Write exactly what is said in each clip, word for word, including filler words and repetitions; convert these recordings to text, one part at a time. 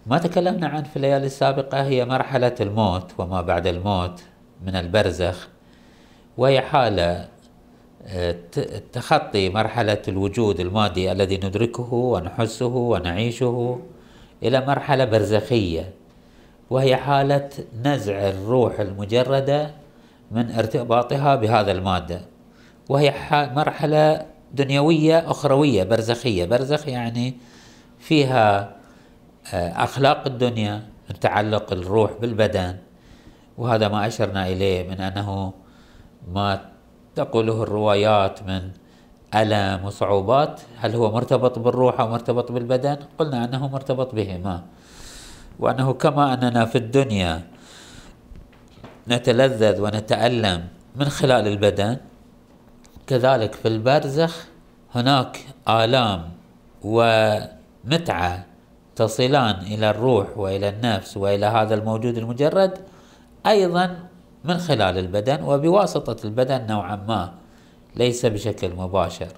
ما تكلمنا عن في الليالي السابقة هي مرحلة الموت وما بعد الموت من البرزخ، وهي حالة تخطي مرحلة الوجود المادي الذي ندركه ونحسه ونعيشه إلى مرحلة برزخية، وهي حالة نزع الروح المجردة من ارتباطها بهذا المادة، وهي مرحلة دنيوية أخروية برزخية. برزخ يعني فيها أخلاق الدنيا من تعلق الروح بالبدن، وهذا ما أشرنا إليه من أنه ما تقوله الروايات من ألم وصعوبات هل هو مرتبط بالروح أو مرتبط بالبدن؟ قلنا أنه مرتبط بهما، وأنه كما أننا في الدنيا نتلذذ ونتألم من خلال البدن، كذلك في البرزخ هناك آلام ومتعة تصلان إلى الروح وإلى النفس وإلى هذا الموجود المجرد أيضا من خلال البدن وبواسطة البدن نوعا ما، ليس بشكل مباشر.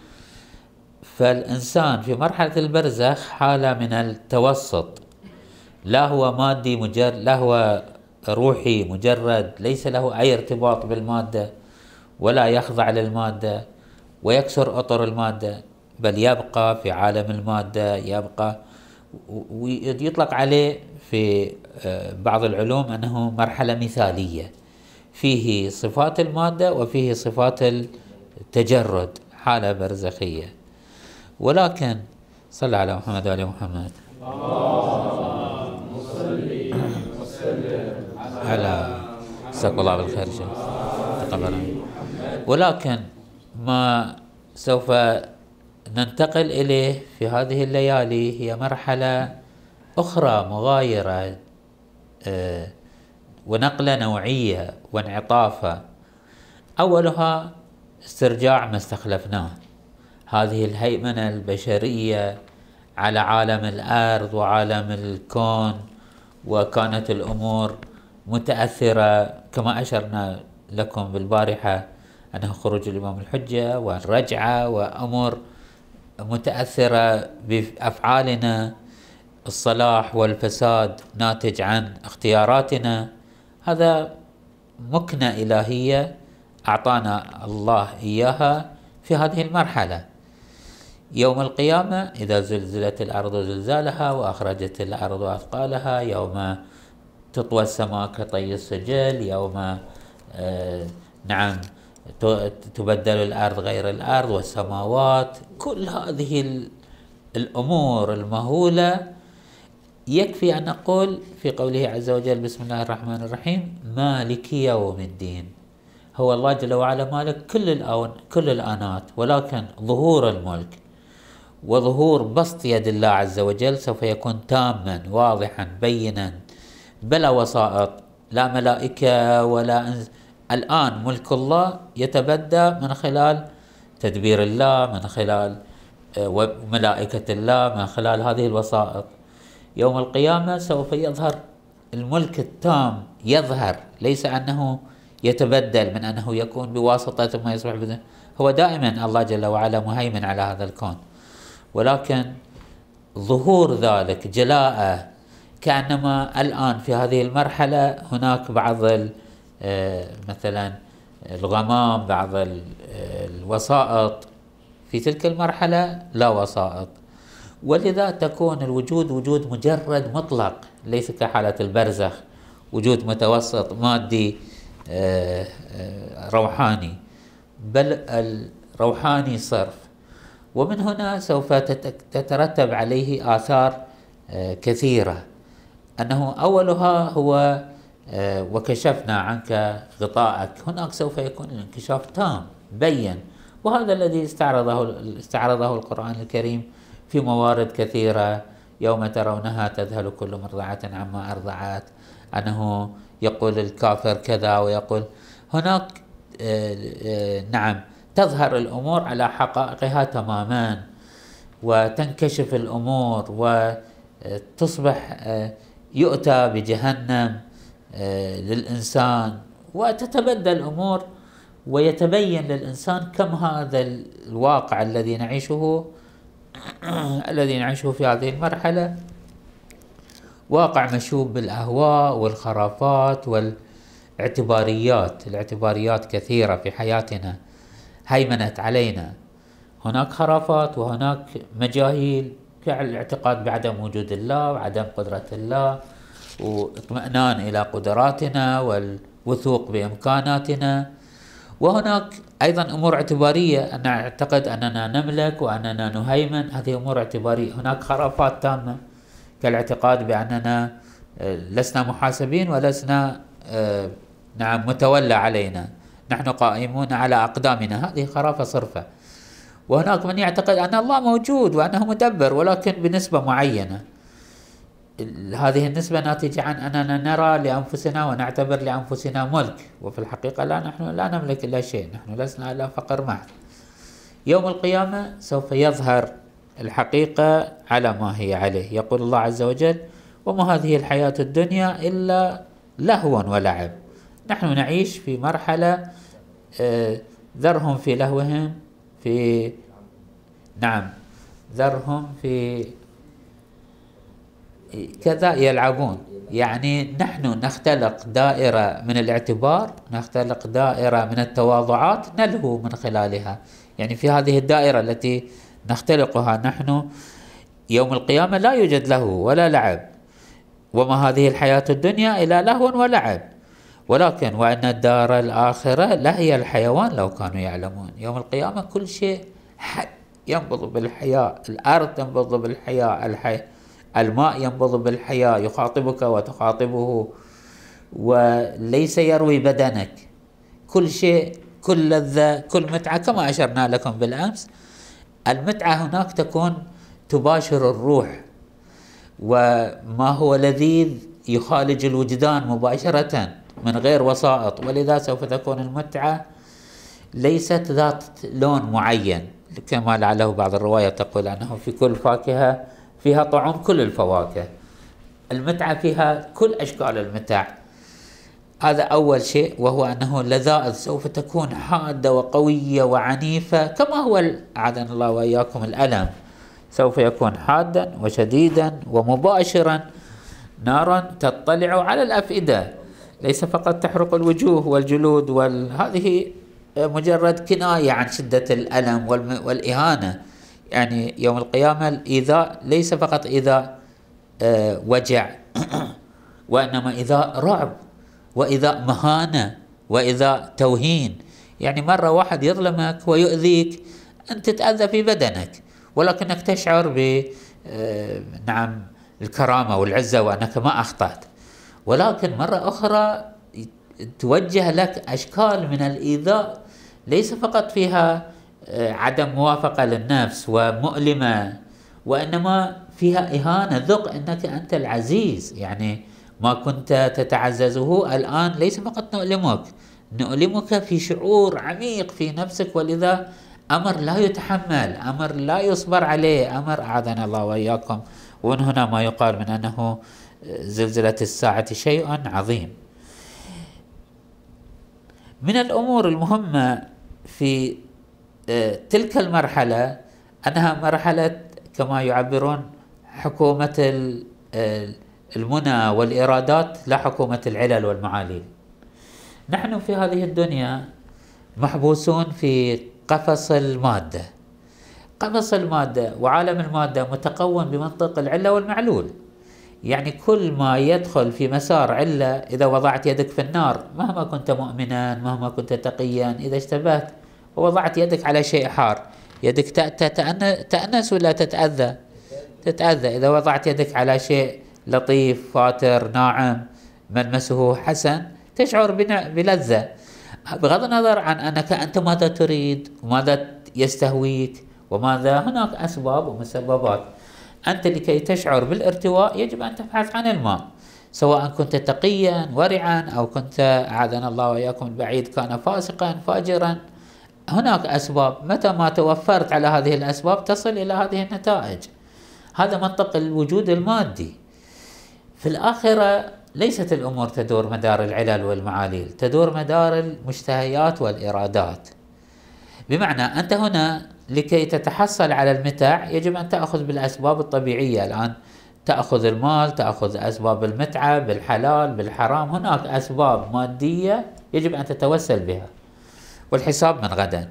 فالإنسان في مرحلة البرزخ حالة من التوسط، لا هو مادي مجرد، لا هو روحي مجرد، ليس له أي ارتباط بالمادة ولا يخضع للمادة ويكسر أطر المادة، بل يبقى في عالم المادة، يبقى ويطلق عليه في بعض العلوم أنه مرحلة مثالية فيه صفات المادة وفيه صفات التجرد، حالة برزخية. ولكن صلى على محمد وعلى محمد اللهم صل وسلم على جزاك الله بالخير شيخ تقبل. ولكن ما سوف ننتقل إليه في هذه الليالي هي مرحلة أخرى مغايرة أه ونقلة نوعية وانعطافة. أولها استرجاع ما استخلفناه، هذه الهيمنة البشرية على عالم الأرض وعالم الكون، وكانت الأمور متأثرة كما أشرنا لكم بالبارحة أنه خروج الإمام الحجة والرجعة وأمور متأثرة بأفعالنا، الصلاح والفساد ناتج عن اختياراتنا. هذا مكنة إلهية أعطانا الله إياها في هذه المرحلة. يوم القيامة إذا زلزلت الأرض زلزالها وأخرجت الأرض أثقالها، يوم تطوى السماء كطي السجل، يوم آه نعم تبدل الأرض غير الأرض والسماوات، كل هذه الأمور المهولة يكفي أن نقول في قوله عز وجل بسم الله الرحمن الرحيم مالك يوم الدين. هو الله جل وعلا مالك كل الأون كل الآنات، ولكن ظهور الملك وظهور بسط يد الله عز وجل سوف يكون تاما واضحا بينا بلا وسائط، لا ملائكة ولا أنز... الآن ملك الله يتبدى من خلال تدبير الله، من خلال ملائكة الله، من خلال هذه الوسائط. يوم القيامة سوف يظهر الملك التام، يظهر ليس أنه يتبدل من أنه يكون بواسطة ما يصبح بذلك. هو دائما الله جل وعلا مهيمن على هذا الكون، ولكن ظهور ذلك جلاءه كأنما الآن في هذه المرحلة هناك بعض مثلا الغمام، بعض الوسائط، في تلك المرحلة لا وسائط، ولذا تكون الوجود وجود مجرد مطلق، ليس كحالة البرزخ وجود متوسط مادي روحاني، بل الروحاني صرف. ومن هنا سوف تترتب عليه آثار كثيرة، أنه أولها هو وكشفنا عنك غطاءك، هناك سوف يكون الانكشاف تام بين، وهذا الذي استعرضه استعرضه القرآن الكريم في موارد كثيرة. يوم ترونها تذهل كل مرضعة عما أرضعت، أنه يقول الكافر كذا ويقول هناك نعم تظهر الأمور على حقائقها تماما، وتنكشف الأمور وتصبح يؤتى بجهنم للإنسان، وتتبدل الأمور ويتبين للإنسان كم هذا الواقع الذي نعيشه الذي نعيشه في هذه المرحلة واقع مشوب بالأهواء والخرافات والاعتباريات. الاعتباريات كثيرة في حياتنا هيمنت علينا، هناك خرافات وهناك مجاهيل كالاعتقاد بعدم وجود الله وعدم قدرة الله، واطمئنان إلى قدراتنا والوثوق بإمكاناتنا. وهناك أيضا أمور اعتبارية، أن نعتقد أننا نملك وأننا نهيمن، هذه أمور اعتبارية. هناك خرافات تامة كالاعتقاد بأننا لسنا محاسبين ولسنا نعم متولى علينا، نحن قائمون على أقدامنا، هذه خرافة صرفة. وهناك من يعتقد أن الله موجود وأنه مدبر، ولكن بنسبة معينة. هذه النسبة ناتجة عن أننا نرى لأنفسنا ونعتبر لأنفسنا ملك، وفي الحقيقة لا، نحن لا نملك إلا شيء، نحن لسنا إلا فقر محض. يوم القيامة سوف يظهر الحقيقة على ما هي عليه. يقول الله عز وجل: وما هذه الحياة الدنيا إلا لهو ولعب. نحن نعيش في مرحلة ذرهم في لهوهم في نعم ذرهم في كذا يلعبون. يعني نحن نختلق دائرة من الاعتبار، نختلق دائرة من التواضعات نلهو من خلالها. يعني في هذه الدائرة التي نختلقها نحن يوم القيامة لا يوجد لهو ولا لعب. وما هذه الحياة الدنيا إلا لهو ولعب، ولكن وأن الدار الآخرة لهي الحيوان لو كانوا يعلمون. يوم القيامة كل شيء حي ينبض بالحياة، الأرض تنبض بالحياة، الحي الماء ينبض بالحياة، يخاطبك وتخاطبه وليس يروي بدنك. كل شيء، كل لذة، كل متعة، كما أشرنا لكم بالأمس. المتعة هناك تكون تباشر الروح، وما هو لذيذ يخالج الوجدان مباشرة من غير وسائط. ولذا سوف تكون المتعة ليست ذات لون معين، كما لعله بعض الروايات تقول أنه في كل فاكهة فيها طعم كل الفواكه. المتعة فيها كل أشكال المتع. هذا أول شيء، وهو أنه اللذائذ سوف تكون حادة وقوية وعنيفة، كما هو أعاذنا الله وإياكم الألم سوف يكون حادا وشديدا ومباشرا، نارا تطلع على الأفئدة، ليس فقط تحرق الوجوه والجلود، وهذه مجرد كناية عن شدة الألم والإهانة. يعني يوم القيامة الإيذاء ليس فقط إيذاء أه وجع وإنما إيذاء رعب، وإيذاء مهانة، وإيذاء توهين. يعني مرة واحد يظلمك ويؤذيك، أنت تتأذى في بدنك، ولكنك تشعر ب أه نعم الكرامة والعزة وأنك ما أخطأت. ولكن مرة أخرى توجه لك أشكال من الإيذاء ليس فقط فيها عدم موافقة للنفس ومؤلمة، وإنما فيها إهانة. ذق أنك أنت العزيز، يعني ما كنت تتعززه الآن ليس فقط نؤلمك، نؤلمك في شعور عميق في نفسك، ولذا أمر لا يتحمل، أمر لا يصبر عليه، أمر أعاذنا الله وإياكم. ومن هنا ما يقال من أنه زلزلة الساعة شيء عظيم. من الأمور المهمة في تلك المرحلة أنها مرحلة كما يعبرون حكومة المنى والإرادات، لا حكومة العلل والمعاليل. نحن في هذه الدنيا محبوسون في قفص المادة. قفص المادة وعالم المادة متقوم بمنطق العلة والمعلول. يعني كل ما يدخل في مسار علة، إذا وضعت يدك في النار مهما كنت مؤمنا مهما كنت تقيا، إذا اشتبهت ووضعت يدك على شيء حار، يدك تأنس ولا تتأذى؟ تتأذى. إذا وضعت يدك على شيء لطيف فاتر ناعم ملمسه حسن تشعر بلذة، بغض النظر عن أنك أنت ماذا تريد وماذا يستهويك وماذا. هناك أسباب ومسببات. أنت لكي تشعر بالارتواء يجب أن تبحث عن الماء، سواء كنت تقيا ورعا أو كنت أعاذنا الله وإياكم البعيد كان فاسقا فاجرا. هناك أسباب، متى ما توفرت على هذه الأسباب تصل إلى هذه النتائج. هذا منطق الوجود المادي. في الآخرة ليست الأمور تدور مدار العلل والمعاليل، تدور مدار المشتهيات والإرادات. بمعنى أنت هنا لكي تتحصل على المتاع يجب أن تأخذ بالأسباب الطبيعية. الآن تأخذ المال، تأخذ أسباب المتعة بالحلال بالحرام. هناك أسباب مادية يجب أن تتوسل بها، والحساب من غدا.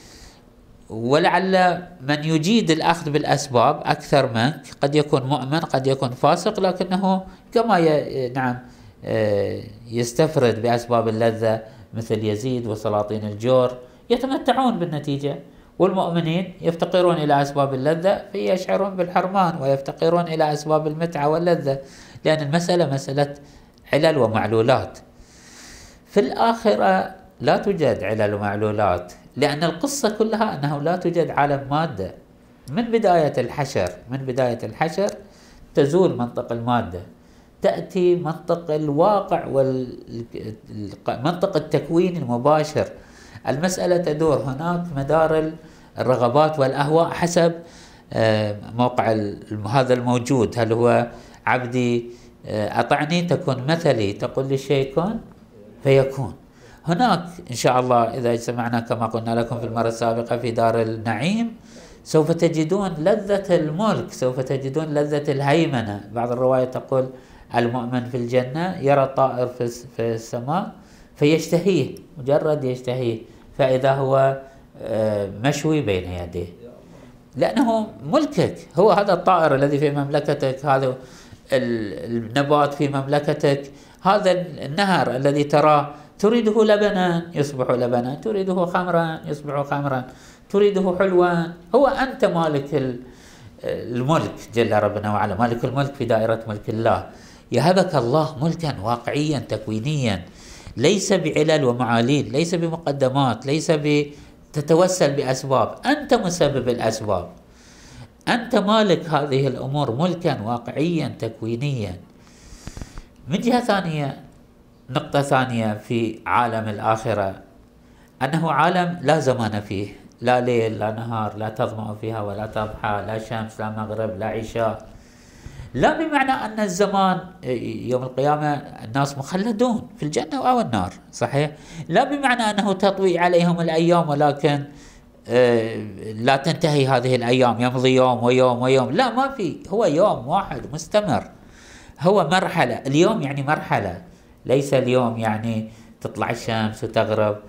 ولعل من يجيد الأخذ بالأسباب أكثر منك قد يكون مؤمن، قد يكون فاسق، لكنه كما ي... نعم يستفرد بأسباب اللذة مثل يزيد وسلاطين الجور يتمتعون بالنتيجة، والمؤمنين يفتقرون إلى أسباب اللذة فيشعرون بالحرمان، ويفتقرون إلى أسباب المتعة واللذة، لأن المسألة مسألة علل ومعلولات. في الآخرة لا توجد علل ومعلولات، لأن القصة كلها أنه لا توجد عالم مادة. من بداية الحشر من بداية الحشر تزول منطق المادة، تأتي منطق الواقع ومنطق التكوين المباشر. المسألة تدور هناك مدار الرغبات والأهواء حسب موقع هذا الموجود. هل هو عبدي أطعني تكن مثلي، تقول لي شيء كن فيكون. هناك إن شاء الله إذا اجتمعنا كما قلنا لكم في المرة السابقة في دار النعيم سوف تجدون لذة الملك، سوف تجدون لذة الهيمنة. بعض الرواية تقول المؤمن في الجنة يرى الطائر في السماء فيشتهيه، مجرد يشتهيه فإذا هو مشوي بين يديه، لأنه ملكك. هو هذا الطائر الذي في مملكتك، هذا النبات في مملكتك، هذا النهر الذي تراه تريده لبنا يصبح لبنا، تريده خمرا يصبح خمرا، تريده حلوا. هو أنت مالك الملك جل ربنا وعلا، مالك الملك في دائرة ملك الله. يهبك الله ملكا واقعيا تكوينيا، ليس بعلل ومعاليل، ليس بمقدمات، ليس بتتوسل بأسباب. أنت مسبب الأسباب، أنت مالك هذه الأمور ملكا واقعيا تكوينيا. من جهة ثانية، نقطة ثانية في عالم الآخرة، أنه عالم لا زمان فيه، لا ليل لا نهار، لا تظمأ فيها ولا تضحى، لا شمس لا مغرب لا عشاء. لا بمعنى أن الزمان يوم القيامة الناس مخلدون في الجنة أو النار، صحيح؟ لا بمعنى أنه تطوي عليهم الأيام ولكن لا تنتهي هذه الأيام، يمضي يوم ويوم ويوم، لا، ما في. هو يوم واحد مستمر، هو مرحلة. اليوم يعني مرحلة، ليس اليوم يعني تطلع الشمس وتغرب.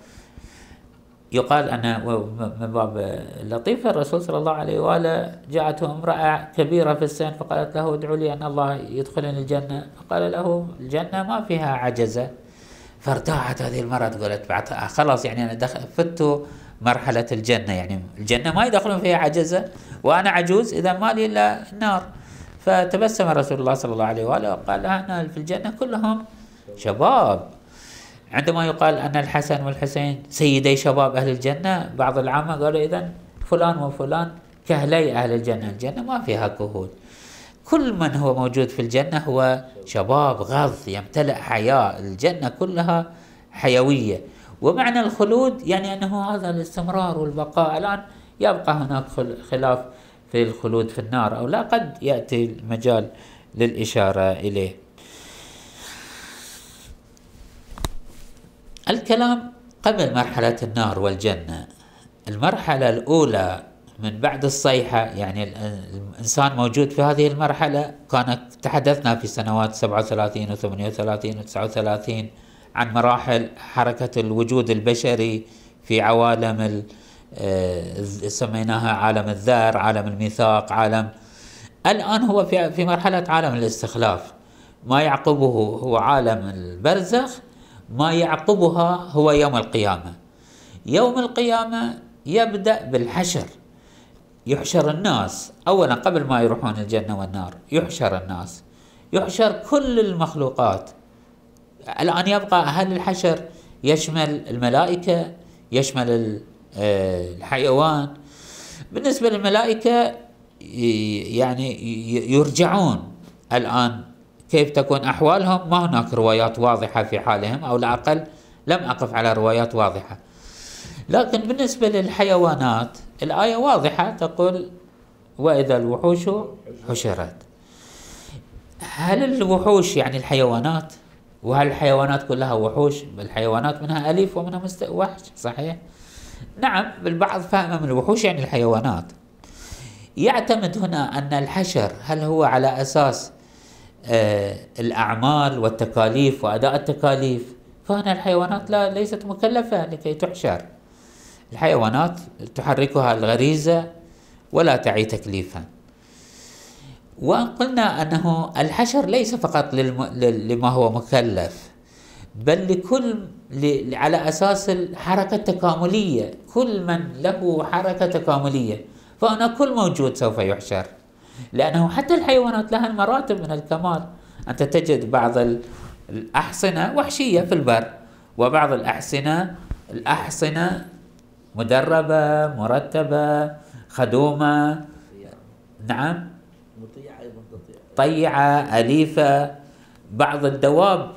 يقال أن من باب لطيفة الرسول صلى الله عليه وآله جاءته امرأة كبيرة في السن فقالت له ادعو لي أن الله يدخلني الجنة، فقال له الجنة ما فيها عجزة. فارتاحت هذه المرأة، قالت بعد خلاص يعني أنا دخل فت مرحلة الجنة، يعني الجنة ما يدخلون فيها عجزة وأنا عجوز، إذا ما لي إلا النار. فتبسم رسول الله صلى الله عليه وآله وقال لها أن في الجنة كلهم شباب. عندما يقال أن الحسن والحسين سيدي شباب أهل الجنة، بعض العامة قالوا إذن فلان وفلان كهلي أهل الجنة. الجنة ما فيها كهول، كل من هو موجود في الجنة هو شباب غض يمتلئ حياة. الجنة كلها حيوية. ومعنى الخلود يعني أنه هذا الاستمرار والبقاء. الآن يبقى هناك خلاف في الخلود في النار أو لا، قد يأتي المجال للإشارة إليه. الكلام قبل مرحلة النار والجنة. المرحلة الأولى من بعد الصيحة، يعني الإنسان موجود في هذه المرحلة. كانت تحدثنا في سنوات سبعة وثلاثين وثمانية وثلاثين وتسعة وثلاثين عن مراحل حركة الوجود البشري في عوالم سميناها عالم الذر، عالم الميثاق، عالم. الآن هو في في مرحلة عالم الاستخلاف. ما يعقبه هو عالم البرزخ، ما يعقبها هو يوم القيامة. يوم القيامة يبدأ بالحشر، يحشر الناس أولا قبل ما يروحون الجنة والنار. يحشر الناس، يحشر كل المخلوقات. الآن يبقى هل الحشر يشمل الملائكة، يشمل الحيوان؟ بالنسبة للملائكة يعني يرجعون الآن، كيف تكون أحوالهم ما هناك روايات واضحة في حالهم، أو لا أقل لم أقف على روايات واضحة. لكن بالنسبة للحيوانات الآية واضحة تقول وإذا الوحوش حشرت. هل الوحوش يعني الحيوانات؟ وهل الحيوانات كلها وحوش؟ الحيوانات منها أليف ومنها وحش، صحيح؟ نعم، بالبعض فهم من الوحوش يعني الحيوانات. يعتمد هنا أن الحشر هل هو على أساس آه الأعمال والتكاليف وأداء التكاليف، فهنا الحيوانات لا ليست مكلفة لكي تحشر. الحيوانات تحركها الغريزة ولا تعي تكليفا. وأن قلنا أنه الحشر ليس فقط للم... لما هو مكلف، بل لكل ل... على أساس الحركة التكاملية، كل من له حركة تكاملية فهنا كل موجود سوف يحشر، لأنه حتى الحيوانات لها مراتب من الكمال. أنت تجد بعض الأحصنة وحشية في البر، وبعض الأحصنة الأحصنة مدربة مرتبة خدومة، نعم، طيعة أليفة. بعض الدواب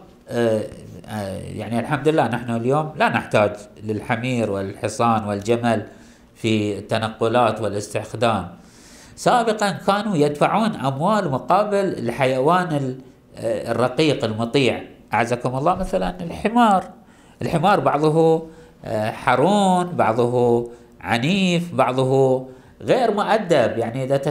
يعني الحمد لله نحن اليوم لا نحتاج للحمير والحصان والجمل في التنقلات والاستخدام. سابقا كانوا يدفعون أموال مقابل الحيوان الرقيق المطيع، أعزكم الله. مثلا الحمار الحمار بعضه حرون، بعضه عنيف، بعضه غير مؤدب، يعني إذا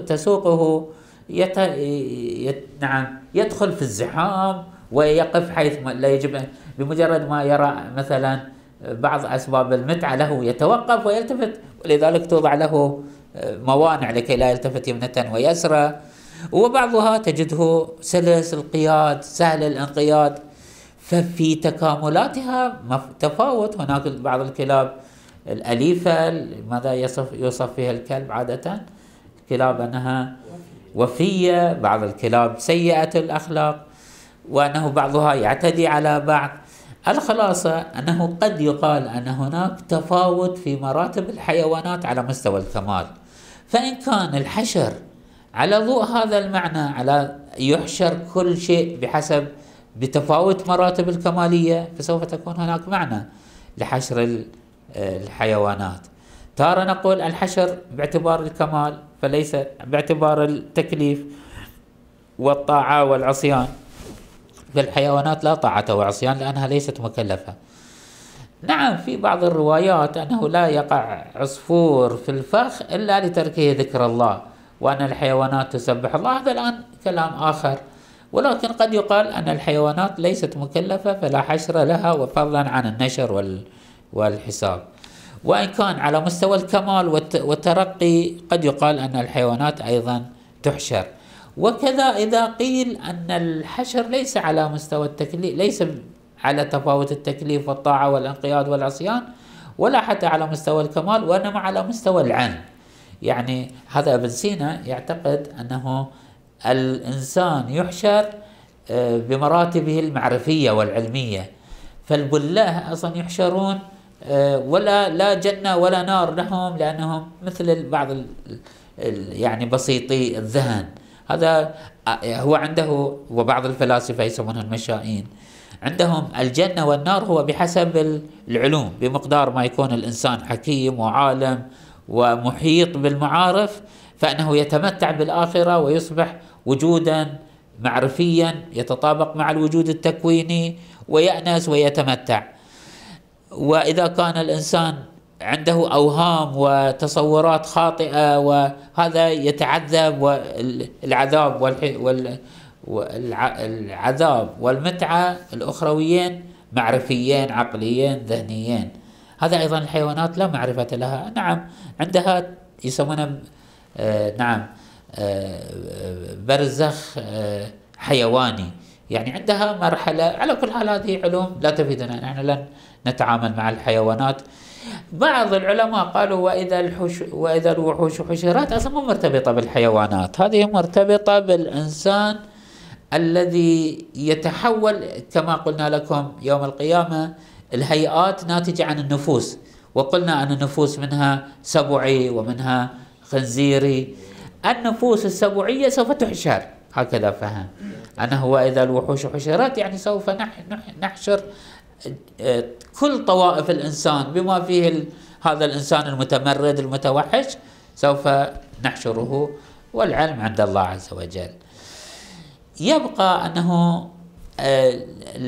تسوقه يت... يت... نعم يدخل في الزحام ويقف حيث لا يجب. بمجرد ما يرى مثلا بعض أسباب المتعة له يتوقف ويلتفت، ولذلك توضع له موانع لكي لا يلتفت يمنة ويسرى. وبعضها تجده سلس القياد سهل الانقياد، ففي تكاملاتها تفاوت. هناك بعض الكلاب الأليفة ماذا يصف, يوصف فيها الكلب عادة؟ الكلاب أنها وفية، بعض الكلاب سيئة الأخلاق، وأنه بعضها يعتدي على بعض. الخلاصة أنه قد يقال أن هناك تفاوت في مراتب الحيوانات على مستوى الكمال. فإن كان الحشر على ضوء هذا المعنى، على يحشر كل شيء بحسب بتفاوت مراتب الكمالية، فسوف تكون هناك معنى لحشر الحيوانات. تارة نقول الحشر باعتبار الكمال فليس باعتبار التكليف والطاعة والعصيان، فالحيوانات لا طاعة وعصيان لأنها ليست مكلفة. نعم، في بعض الروايات أنه لا يقع عصفور في الفخ إلا لتركه ذكر الله، وأن الحيوانات تسبح الله. هذا الآن كلام آخر، ولكن قد يقال أن الحيوانات ليست مكلفة فلا حشر لها، وفضلا عن النشر والحساب. وإن كان على مستوى الكمال والترقي قد يقال أن الحيوانات أيضا تحشر. وكذا إذا قيل أن الحشر ليس على مستوى التكليف، ليس على تفاوت التكليف والطاعة والانقياد والعصيان، ولا حتى على مستوى الكمال، وإنما على مستوى العلم. يعني هذا ابن سينا يعتقد أنه الإنسان يحشر بمراتبه المعرفية والعلمية، فالبلاه أصلا يحشرون ولا لا جنة ولا نار لهم، لأنهم مثل بعض يعني بسيطي الذهن. هذا هو عنده، وبعض الفلاسفة يسمونها المشائين، عندهم الجنة والنار هو بحسب العلوم، بمقدار ما يكون الإنسان حكيم وعالم ومحيط بالمعارف فإنه يتمتع بالآخرة ويصبح وجودا معرفيا يتطابق مع الوجود التكويني ويأنس ويتمتع. وإذا كان الإنسان عنده أوهام وتصورات خاطئة وهذا يتعذب، والعذاب والعذاب والمتعة الأخرويين معرفيين عقليين ذهنيين. هذا أيضا الحيوانات لا معرفة لها. نعم، عندها يسمونه آه نعم آه برزخ آه حيواني، يعني عندها مرحلة. على كل حال هذه علوم لا تفيدنا، نحن لن نتعامل مع الحيوانات. بعض العلماء قالوا وإذا الحش وإذا الوحوش حشرت، أصلا مو مرتبطة بالحيوانات، هذه مرتبطة بالإنسان الذي يتحول كما قلنا لكم يوم القيامة. الهيئات ناتجة عن النفوس، وقلنا أن النفوس منها سبعي ومنها خنزيري. النفوس السبعية سوف تحشر، هكذا فهم أنه وإذا الوحوش حشرت، يعني سوف نحشر كل طوائف الإنسان بما فيه هذا الإنسان المتمرد المتوحش، سوف نحشره، والعلم عند الله عز وجل. يبقى أنه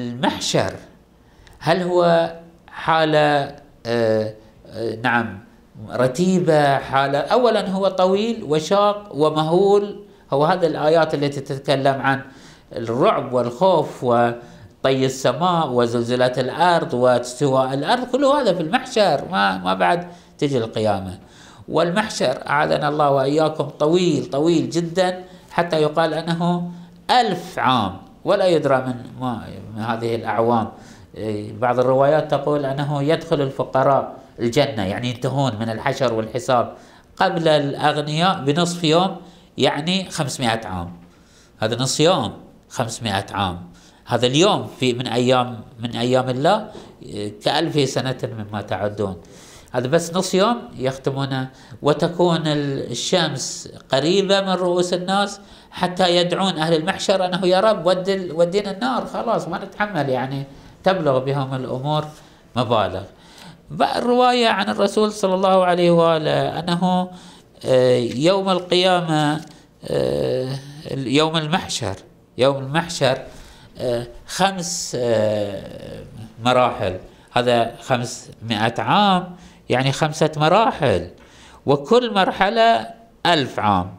المحشر هل هو حالة نعم رتيبة، حالة أولا هو طويل وشاق ومهول. هو هذه الآيات التي تتكلم عن الرعب والخوف وطي السماء وزلزلة الأرض واستواء الأرض، كل هذا في المحشر، ما ما بعد تجي القيامة. والمحشر أعاذنا الله وإياكم طويل طويل جدا، حتى يقال أنه ألف عام ولا يدرى من, ما من هذه الأعوام. بعض الروايات تقول أنه يدخل الفقراء الجنة، يعني ينتهون من الحشر والحساب قبل الأغنياء بنصف يوم، يعني خمسمائة عام. هذا نصف يوم خمسمائة عام، هذا اليوم في من أيام من أيام الله كألف سنة مما تعدون. هذا بس نصف يوم يختمونه، وتكون الشمس قريبة من رؤوس الناس حتى يدعون أهل المحشر أنه يا رب ودي ودينا النار، خلاص ما نتحمل، يعني تبلغ بهم الأمور مبالغ. الرواية عن الرسول صلى الله عليه وآله أنه يوم القيامة، يوم المحشر يوم المحشر خمس مراحل، هذا خمسمائة عام يعني خمسة مراحل، وكل مرحلة ألف عام.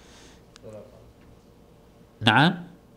نعم،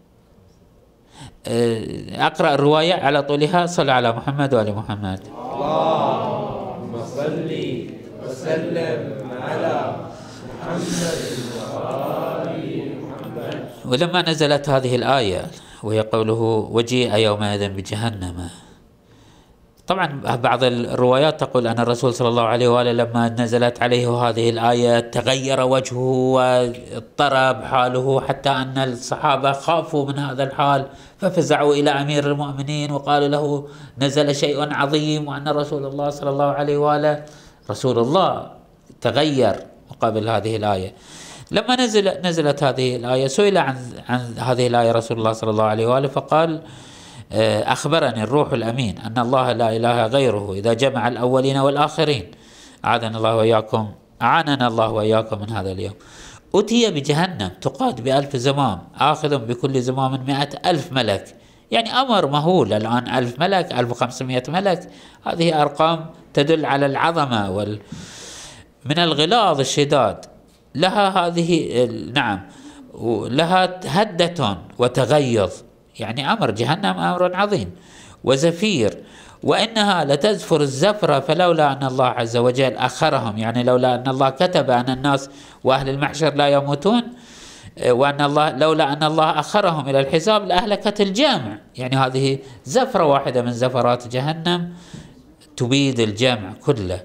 أقرأ الرواية على طولها. صلى على محمد وآل محمد. اللهم صل وسلم على محمد وآل محمد. ولما نزلت هذه الآية وهي قوله وجيء يومئذ بجهنم، طبعا بعض الروايات تقول أن الرسول صلى الله عليه وآله لما نزلت عليه هذه الآية تغير وجهه واضطرب حاله، حتى أن الصحابة خافوا من هذا الحال ففزعوا إلى أمير المؤمنين وقالوا له نزل شيء عظيم، وأن رسول الله صلى الله عليه وآله رسول الله تغير مقابل هذه الآية. لما نزل نزلت هذه الآية سئل عن عن هذه الآية رسول الله صلى الله عليه وآله فقال أخبرني الروح الأمين أن الله لا إله غيره إذا جمع الأولين والآخرين، أعاذنا الله وإياكم أعاننا الله وإياكم من هذا اليوم، أتي بجهنم تقاد بألف زمام آخذ بكل زمام مئة ألف ملك. يعني أمر مهول الآن، ألف ملك، ألف وخمسمائة ملك، هذه أرقام تدل على العظمة وال من الغلاظ الشداد. لها هذه نعم لها هدة وتغيظ، يعني أمر جهنم أمر عظيم، وزفير، وإنها لتزفر الزفرة فلولا أن الله عز وجل أخرهم، يعني لولا أن الله كتب أن الناس وأهل المحشر لا يموتون، وأن الله لولا أن الله أخرهم إلى الحساب لأهلكت الجامع. يعني هذه زفرة واحدة من زفرات جهنم تبيد الجامع كله.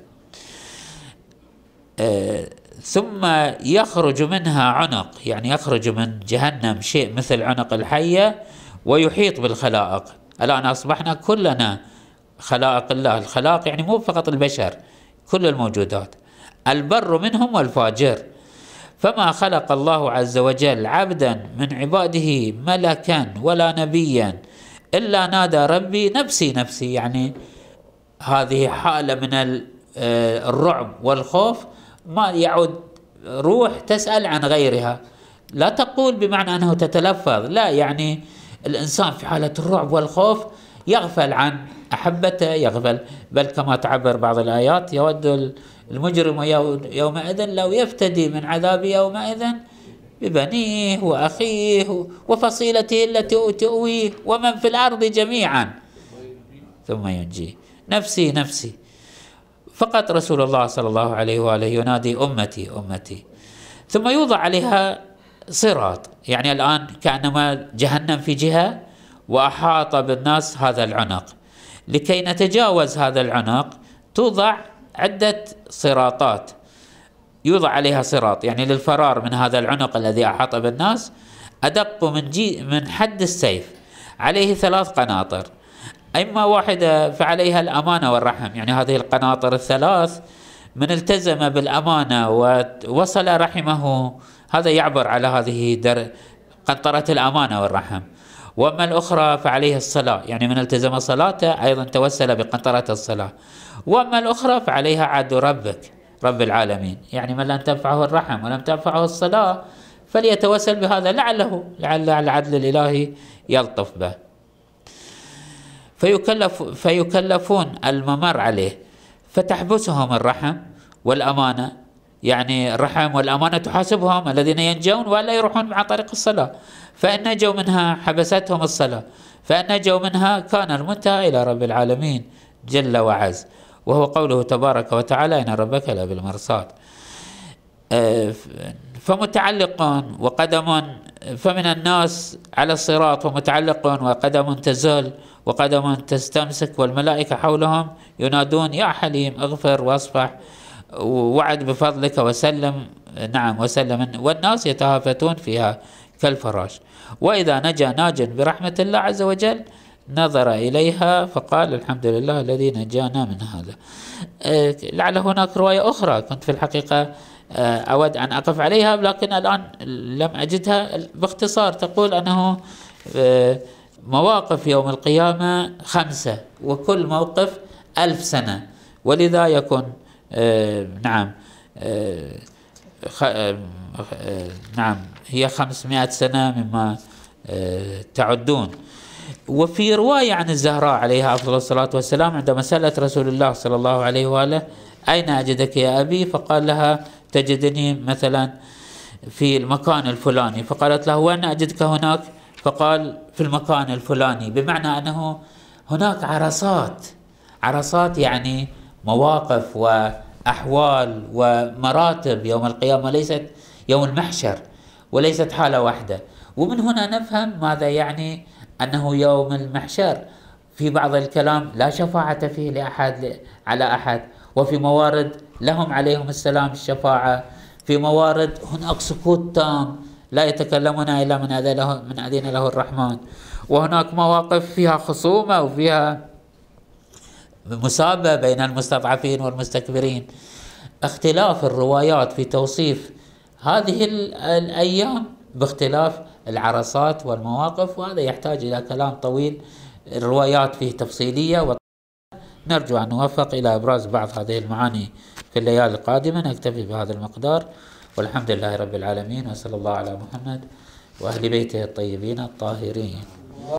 آه ثم يخرج منها عنق، يعني يخرج من جهنم شيء مثل عنق الحية ويحيط بالخلائق. الآن أصبحنا كلنا خلائق الله، الخلائق يعني مو فقط البشر، كل الموجودات، البر منهم والفاجر. فما خلق الله عز وجل عبدا من عباده ملكا ولا نبيا إلا نادى ربي نفسي نفسي. يعني هذه حالة من الرعب والخوف، ما يعود روح تسأل عن غيرها، لا تقول بمعنى أنه تتلفظ، لا، يعني الإنسان في حالة الرعب والخوف يغفل عن أحبته، يغفل، بل كما تعبر بعض الآيات يود المجرم يومئذ لو يفتدي من عذاب يومئذ ببنيه وأخيه وفصيلته التي تؤويه ومن في الأرض جميعا ثم ينجيه نفسي نفسي. فقط رسول الله صلى الله عليه وآله ينادي أمتي أمتي، ثم يوضع عليها صراط. يعني الآن كأنما جهنم في جهة وأحاط بالناس هذا العنق، لكي نتجاوز هذا العنق توضع عدة صراطات، يوضع عليها صراط يعني للفرار من هذا العنق الذي أحاط بالناس، أدق من جي من حد السيف، عليه ثلاث قناطر، إما واحدة فعليها الأمانة والرحم، يعني هذه القناطر الثلاث من التزم بالأمانة ووصل رحمه هذا يعبر على هذه در قنطرة الأمانة والرحم. وأما الأخرى فعليه الصلاة، يعني من التزم صلاته أيضا توسل بقنطرة الصلاة. وأما الأخرى فعليها عد ربك رب العالمين، يعني من لم تنفعه الرحم ولم تنفعه الصلاة فليتوسل بهذا لعله لعل العدل الإلهي يلطف به. فيكلف فيكلفون الممر عليه فتحبسهم الرحم والأمانة، يعني الرحم والأمانة تحاسبهم الذين ينجون ولا يروحون مع طريق الصلاة، فإن نجوا منها حبستهم الصلاة، فإن نجوا منها كان المنتهى إلى رب العالمين جل وعز، وهو قوله تبارك وتعالى إن ربك لبالمرصاد. فمتعلق وقدم، فمن الناس على الصراط ومتعلق وقدم تزول وقدم تستمسك، والملائكة حولهم ينادون يا حليم اغفر واصفح ووعد بفضلك وسلم، نعم وسلم، والناس يتهافتون فيها كالفراش. وإذا نجا ناج برحمة الله عز وجل نظر إليها فقال الحمد لله الذي نجانا من هذا. لعل هناك رواية أخرى كنت في الحقيقة أود أن أقف عليها لكن الآن لم أجدها، باختصار تقول أنه مواقف يوم القيامة خمسة وكل موقف ألف سنة، ولذا يكون نعم نعم هي خمسمائة سنة مما تعدون. وفي رواية عن الزهراء عليها أفضل الصلاة والسلام عندما سألت رسول الله صلى الله عليه وآله أين أجدك يا أبي، فقال لها تجدني مثلا في المكان الفلاني، فقالت له وين أجدك هناك، فقال في المكان الفلاني، بمعنى أنه هناك عرصات، عرصات يعني مواقف وأحوال ومراتب يوم القيامة، ليست يوم المحشر وليست حالة واحدة. ومن هنا نفهم ماذا يعني أنه يوم المحشر. في بعض الكلام لا شفاعة فيه لأحد على أحد، وفي موارد لهم عليهم السلام الشفاعة، في موارد هناك سكوت تام لا يتكلمون إلا من أذن له, من أذن له الرحمن، وهناك مواقف فيها خصومة وفيها مسابة بين المستضعفين والمستكبرين. اختلاف الروايات في توصيف هذه الأيام باختلاف العرصات والمواقف، وهذا يحتاج إلى كلام طويل، الروايات فيه تفصيلية، و نرجو أن نوفق إلى إبراز بعض هذه المعاني في الليالي القادمة. نكتفي بهذا المقدار، والحمد لله رب العالمين، وصلى الله على محمد وأهل بيته الطيبين الطاهرين.